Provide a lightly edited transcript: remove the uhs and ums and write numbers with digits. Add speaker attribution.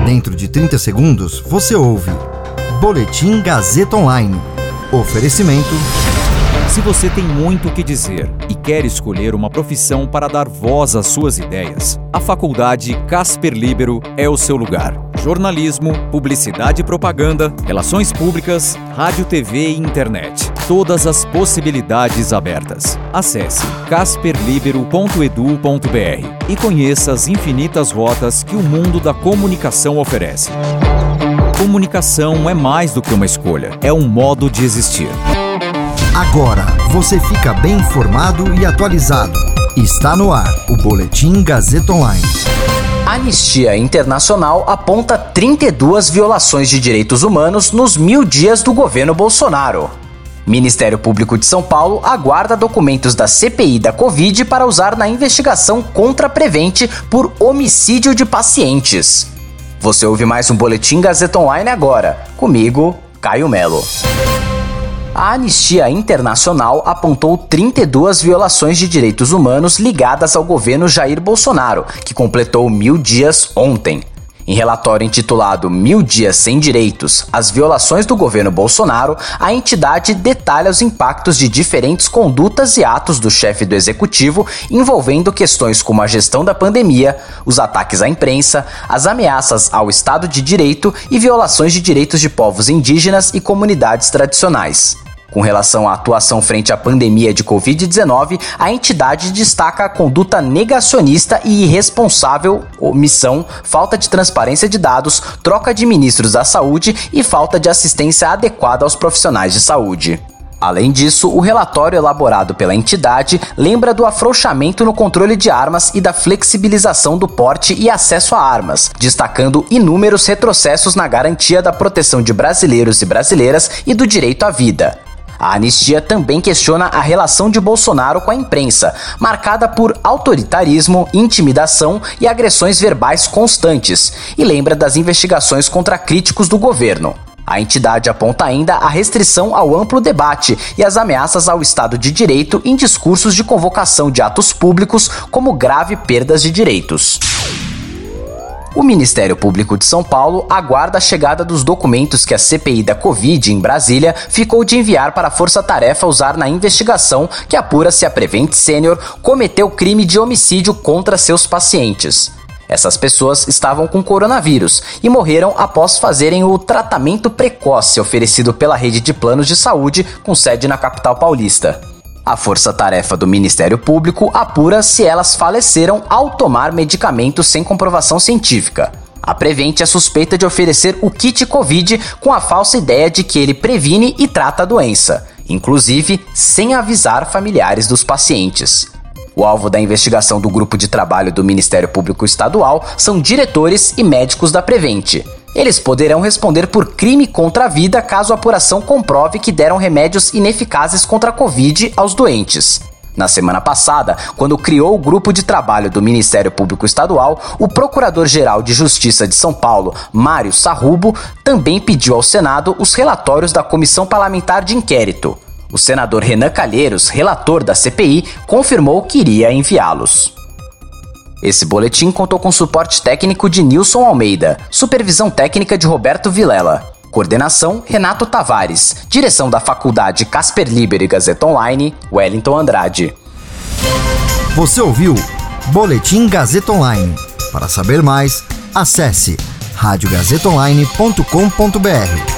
Speaker 1: Dentro de 30 segundos, você ouve Boletim Gazeta Online. Oferecimento.
Speaker 2: Se você tem muito o que dizer e quer escolher uma profissão para dar voz às suas ideias, a Faculdade Casper Líbero é o seu lugar. Jornalismo, publicidade e propaganda, relações públicas, rádio, TV e internet. Todas as possibilidades abertas. Acesse casperlibero.edu.br e conheça as infinitas rotas que o mundo da comunicação oferece. Comunicação é mais do que uma escolha, é um modo de existir.
Speaker 1: Agora você fica bem informado e atualizado. Está no ar o Boletim Gazeta Online.
Speaker 3: A Anistia Internacional aponta 32 violações de direitos humanos nos 1000 dias do governo Bolsonaro. Ministério Público de São Paulo aguarda documentos da CPI da Covid para usar na investigação contra a Prevent por homicídio de pacientes. Você ouve mais um Boletim Gazeta Online agora. Comigo, Caio Melo. A Anistia Internacional apontou 32 violações de direitos humanos ligadas ao governo Jair Bolsonaro, que completou 1000 dias ontem. Em relatório intitulado 1000 dias sem direitos, as violações do governo Bolsonaro, a entidade detalha os impactos de diferentes condutas e atos do chefe do executivo envolvendo questões como a gestão da pandemia, os ataques à imprensa, as ameaças ao Estado de Direito e violações de direitos de povos indígenas e comunidades tradicionais. Com relação à atuação frente à pandemia de Covid-19, a entidade destaca a conduta negacionista e irresponsável, omissão, falta de transparência de dados, troca de ministros da saúde e falta de assistência adequada aos profissionais de saúde. Além disso, o relatório elaborado pela entidade lembra do afrouxamento no controle de armas e da flexibilização do porte e acesso a armas, destacando inúmeros retrocessos na garantia da proteção de brasileiros e brasileiras e do direito à vida. A anistia também questiona a relação de Bolsonaro com a imprensa, marcada por autoritarismo, intimidação e agressões verbais constantes, e lembra das investigações contra críticos do governo. A entidade aponta ainda a restrição ao amplo debate e as ameaças ao Estado de Direito em discursos de convocação de atos públicos como grave perdas de direitos. O Ministério Público de São Paulo aguarda a chegada dos documentos que a CPI da Covid em Brasília ficou de enviar para a Força Tarefa usar na investigação que apura se a Prevent Senior cometeu crime de homicídio contra seus pacientes. Essas pessoas estavam com coronavírus e morreram após fazerem o tratamento precoce oferecido pela rede de planos de saúde com sede na capital paulista. A força-tarefa do Ministério Público apura se elas faleceram ao tomar medicamentos sem comprovação científica. A Prevent é suspeita de oferecer o kit Covid com a falsa ideia de que ele previne e trata a doença, inclusive sem avisar familiares dos pacientes. O alvo da investigação do grupo de trabalho do Ministério Público Estadual são diretores e médicos da Prevent. Eles poderão responder por crime contra a vida caso a apuração comprove que deram remédios ineficazes contra a Covid aos doentes. Na semana passada, quando criou o grupo de trabalho do Ministério Público Estadual, o Procurador-Geral de Justiça de São Paulo, Mário Sarrubo, também pediu ao Senado os relatórios da Comissão Parlamentar de Inquérito. O senador Renan Calheiros, relator da CPI, confirmou que iria enviá-los. Esse boletim contou com suporte técnico de Nilson Almeida, supervisão técnica de Roberto Vilela, coordenação Renato Tavares, direção da Faculdade Casper Líbero e Gazeta Online, Wellington Andrade.
Speaker 1: Você ouviu Boletim Gazeta Online. Para saber mais, acesse radiogazetaonline.com.br.